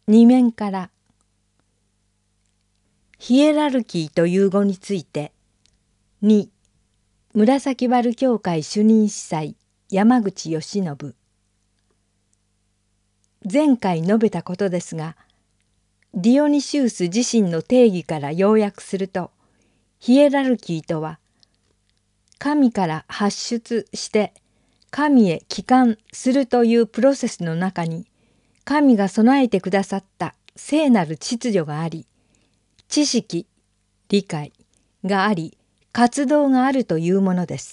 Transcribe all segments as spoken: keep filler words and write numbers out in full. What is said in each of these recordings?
に面からヒエラルキーという語についてに紫原教会主任司祭山口義信。前回述べたことですが、ディオニシウス自身の定義から要約すると、ヒエラルキーとは神から発出して神へ帰還するというプロセスの中に神が備えてくださった聖なる秩序があり、知識、理解があり、活動があるというものです。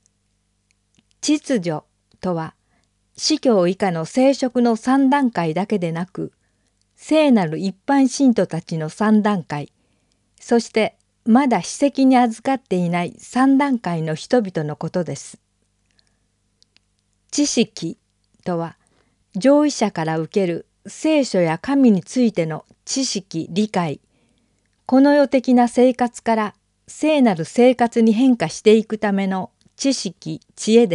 秩序とは、司教以下の聖職の三段階だけでなく、聖なる一般信徒たちの三段階、そしてまだ史跡に預かっていない三段階の人々のことです。知識とは、上位者から受ける聖書や神についての知識・理解、この世的な生活から聖なる生活に変化していくための知識・知恵です。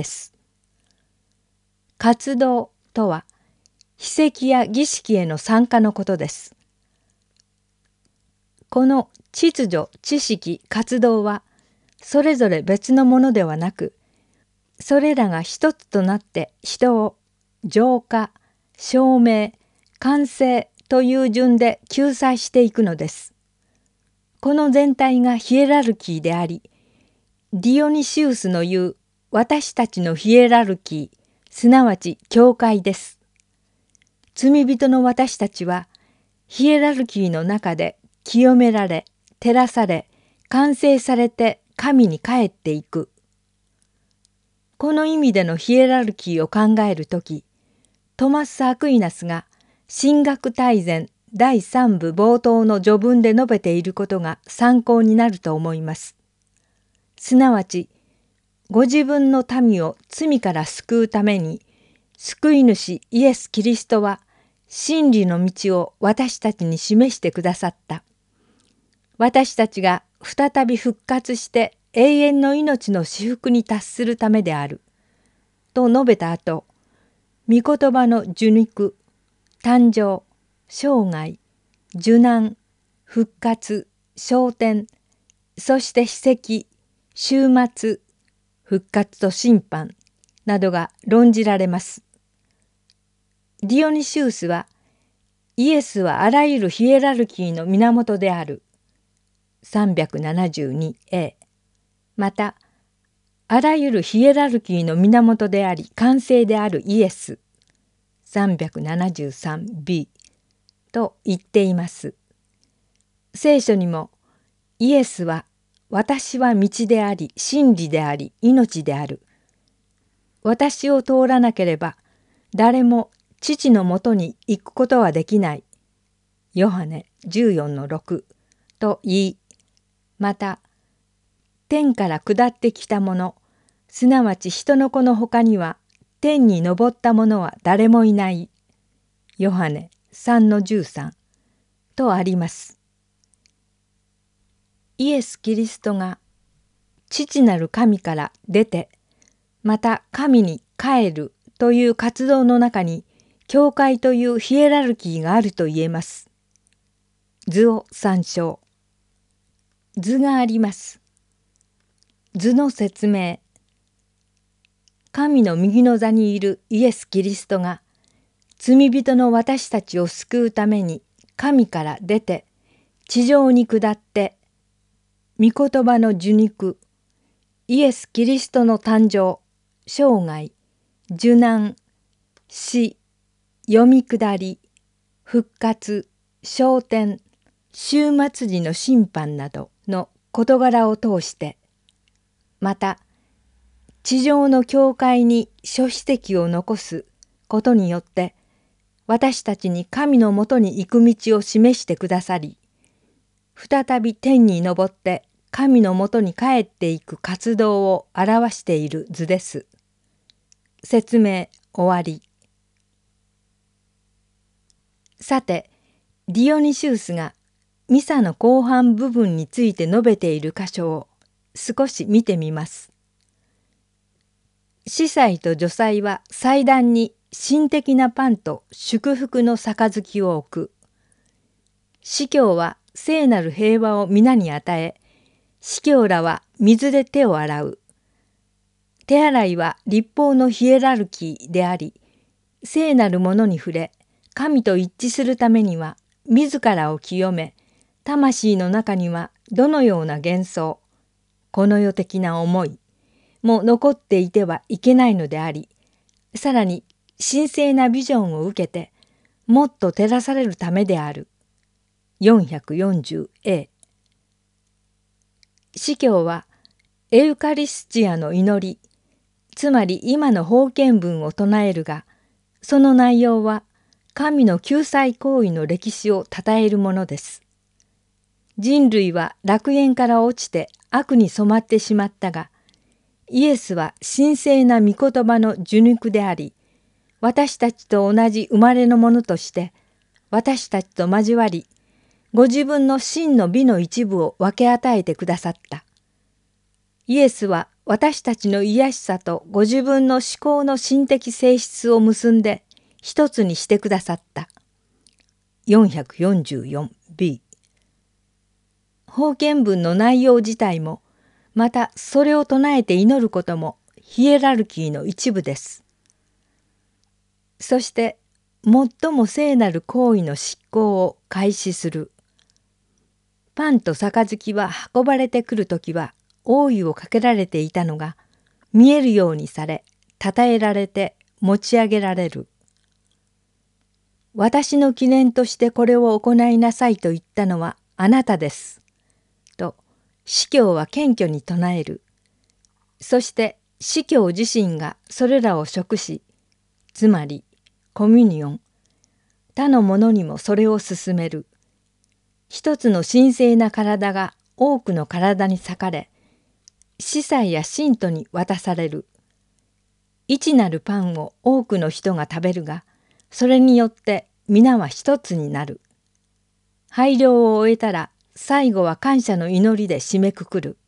活動とは、秘跡や儀式への参加のことです。この秩序、知識、活動は、それぞれ別のものではなく、それらが一つとなって人を浄化、証明、完成という順で救済していくのです。この全体がヒエラルキーであり、ディオニシウスの言う私たちのヒエラルキー、すなわち教会です。罪人の私たちは、ヒエラルキーの中で清められ、照らされ、完成されて神に帰っていく。この意味でのヒエラルキーを考えるとき、トマス・アクイナスが神学大全だいさん部冒頭の序文で述べていることが参考になると思います。すなわち、ご自分の民を罪から救うために、救い主イエス・キリストは真理の道を私たちに示してくださった。私たちが再び復活して永遠の命の至福に達するためである。と述べた後、御言葉の受肉、誕生、生涯、受難、復活、昇天、そして史跡、終末、復活と審判などが論じられます。ディオニシウスは、イエスはあらゆるヒエラルキーの源である。さんびゃくななじゅうにエー。また、あらゆるヒエラルキーの源であり、完成であるイエス。さんびゃくななじゅうさんビー と言っています。聖書にも、イエスは私は道であり、真理であり、命である。私を通らなければ、誰も父のもとに行くことはできない。ヨハネじゅうよんのろくと言い、また、天から下ってきた者、すなわち人の子のほかには、天に昇った者は誰もいない。ヨハネさんのじゅうさんとあります。イエス・キリストが父なる神から出て、また神に帰るという活動の中に、教会というヒエラルキーがあると言えます。図を参照。図があります。図の説明。神の右の座にいるイエス・キリストが、罪人の私たちを救うために神から出て、地上に下って、御言葉の受肉、イエス・キリストの誕生、生涯、受難、死、読み下り、復活、昇天、終末時の審判などの事柄を通して、また、地上の教会に諸史跡を残すことによって、私たちに神のもとに行く道を示してくださり、再び天に昇って神のもとに帰っていく活動を表している図です。説明終わり。さて、ディオニシウスがミサの後半部分について述べている箇所を少し見てみます。司祭と女祭は祭壇に神的なパンと祝福の杯を置く。司教は聖なる平和を皆に与え、司教らは水で手を洗う。手洗いは律法のヒエラルキーであり、聖なるものに触れ、神と一致するためには、自らを清め、魂の中にはどのような幻想、この世的な思いも残っていてはいけないのであり、さらに神聖なビジョンを受けて、もっと照らされるためである。よんひゃくよんじゅうエー 司教はエウカリスチアの祈り、つまり今の封建文を唱えるが、その内容は神の救済行為の歴史を称えるものです。人類は楽園から落ちて悪に染まってしまったが、イエスは神聖な御言葉の受肉であり、私たちと同じ生まれのものとして、私たちと交わり、ご自分の真の美の一部を分け与えてくださった。イエスは私たちの癒しさとご自分の思考の神的性質を結んで一つにしてくださった。よんひゃくよんじゅうよんビー 封建文の内容自体も、またそれを唱えて祈ることもヒエラルキーの一部です。そして最も聖なる行為の執行を開始する。パンと杯は運ばれてくるときは王位をかけられていたのが見えるようにされ、たたえられて持ち上げられる。私の記念としてこれを行いなさいと言ったのはあなたです。と司教は謙虚に唱える。そして司教自身がそれらを食し、つまりコミュニオン、他の者にもそれを勧める。一つの神聖な体が多くの体に裂かれ、司祭や信徒に渡される。一なるパンを多くの人が食べるが、それによって皆は一つになる。拝領を終えたら、最後は感謝の祈りで締めくくる。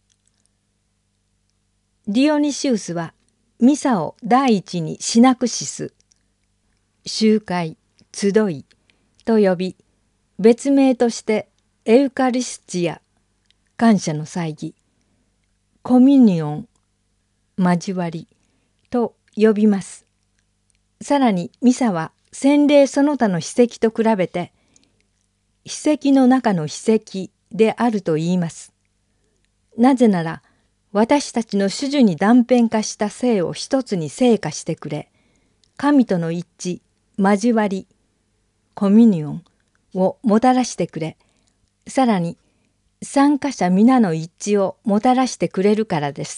ディオニシウスは、ミサを第一にシナクシス、集会、集いと呼び、別名としてエウカリスチア、感謝の祭儀、コミュニオン、交わりと呼びます。さらにミサは洗礼その他の秘跡と比べて秘跡の中の秘跡であると言います。なぜなら私たちの主樹に断片化した性を一つに聖化してくれ、神との一致、交わり、コミュニオンをもたらしてくれ、さらに参加者皆の一致をもたらしてくれるからです。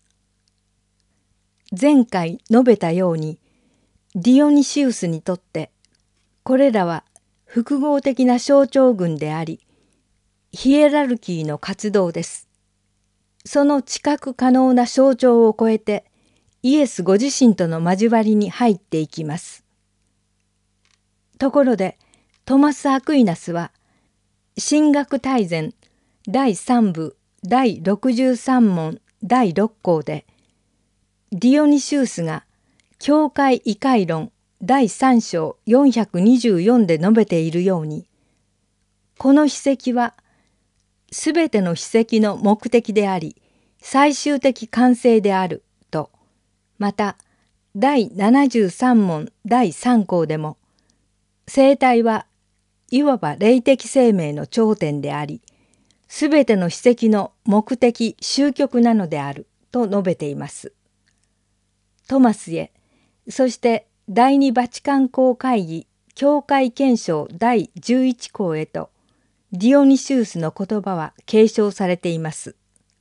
前回述べたように、ディオニシウスにとってこれらは複合的な象徴群であり、ヒエラルキーの活動です。その知覚可能な象徴を超えて、イエスご自身との交わりに入っていきます。ところで、トマス・アクイナスは、神学大全だいさん部だいろくじゅうさん問だいろっ項で、ディオニシウスが教会異界論だいさん章よんひゃくにじゅうよんで述べているように、この秘跡はすべての秘跡の目的であり、最終的完成であると、まただいななじゅうさん問だいさん項でも、生体はいわば霊的生命の頂点であり、すべての秘跡の目的終局なのであると述べています。トマスへ、そして第二バチカン公会議教会憲章だいじゅういち項へと、ディオニシウスの言葉は継承されています。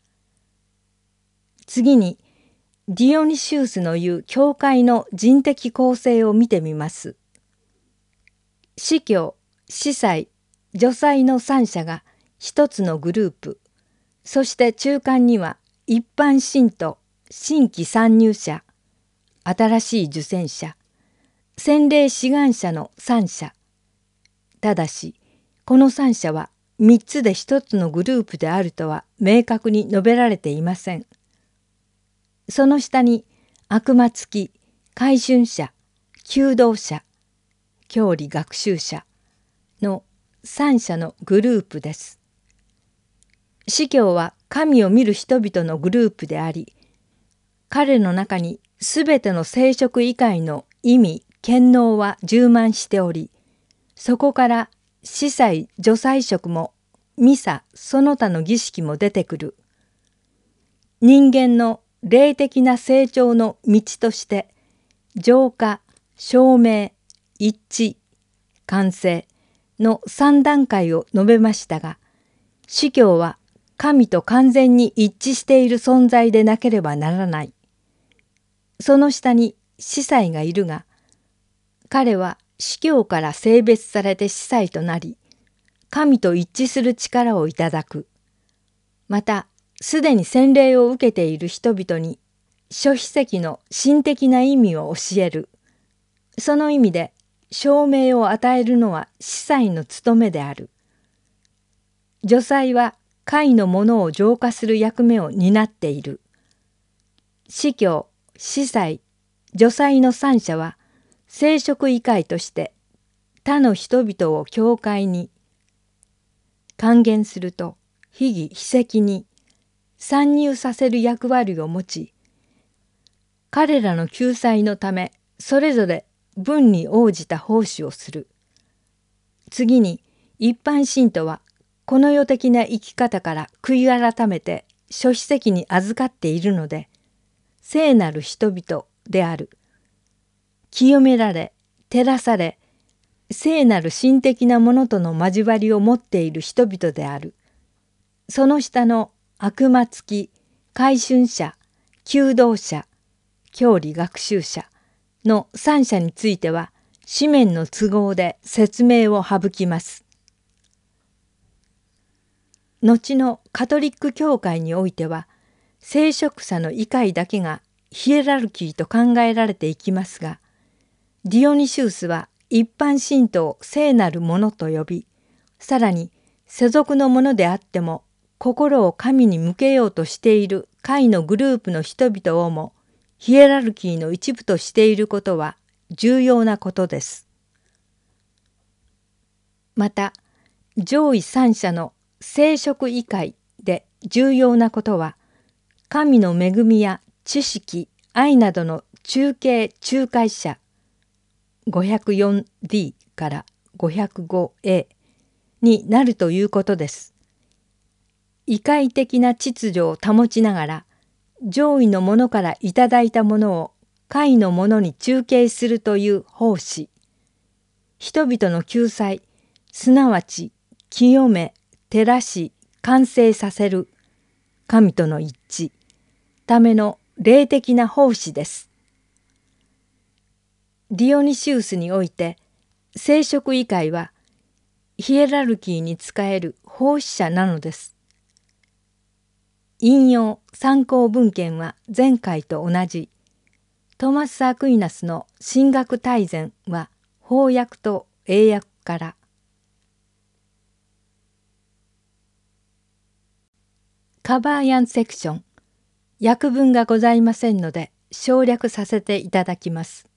次に、ディオニシウスの言う教会の人的構成を見てみます。司教、司祭、女祭の三者が一つのグループ、そして中間には一般信徒、新規参入者、新しい受洗者、洗礼志願者の三者。ただし、この三者は三つで一つのグループであるとは明確に述べられていません。その下に悪魔付き、改春者、 求道者、教理学習者の三者のグループです。司教は神を見る人々のグループであり、彼の中にすべての聖職以外の意味、権能は充満しており、そこから司祭、女祭職もミサ、その他の儀式も出てくる。人間の霊的な成長の道として、浄化、証明、一致、完成の三段階を述べましたが、司教は神と完全に一致している存在でなければならない。その下に司祭がいるが、彼は司教から性別されて司祭となり、神と一致する力をいただく。また、すでに洗礼を受けている人々に、諸秘跡の神的な意味を教える。その意味で、証明を与えるのは司祭の務めである。女祭は会のものを浄化する役目を担っている。司教、司祭、女祭の三者は、聖職以外として他の人々を教会に還元すると秘儀秘跡に参入させる役割を持ち、彼らの救済のためそれぞれ分に応じた奉仕をする。次に一般信徒はこの世的な生き方から悔い改めて諸秘跡に預かっているので、聖なる人々である。清められ、照らされ、聖なる神的なものとの交わりを持っている人々である。その下の悪魔付き、改春者、求道者、教理学習者の三者については、紙面の都合で説明を省きます。後のカトリック教会においては、聖職者の位階だけがヒエラルキーと考えられていきますが、ディオニシウスは一般信徒を聖なるものと呼び、さらに世俗のものであっても心を神に向けようとしている会のグループの人々をもヒエラルキーの一部としていることは重要なことです。また、上位三者の聖職以外で重要なことは、神の恵みや知識、愛などの中継仲介者、ごひゃくよんディー からごひゃくごエー になるということです。異界的な秩序を保ちながら、上位のものからいただいたものを下位のものに中継するという奉仕。人々の救済、すなわち清め、照らし、完成させる、神との一致、ための霊的な奉仕です。ディオニシウスにおいて、聖職以外はヒエラルキーに仕える奉仕者なのです。引用参考文献は前回と同じ。トマス・アクイナスの神学大全は翻訳と英訳から。カバーヤンセクション。訳文がございませんので省略させていただきます。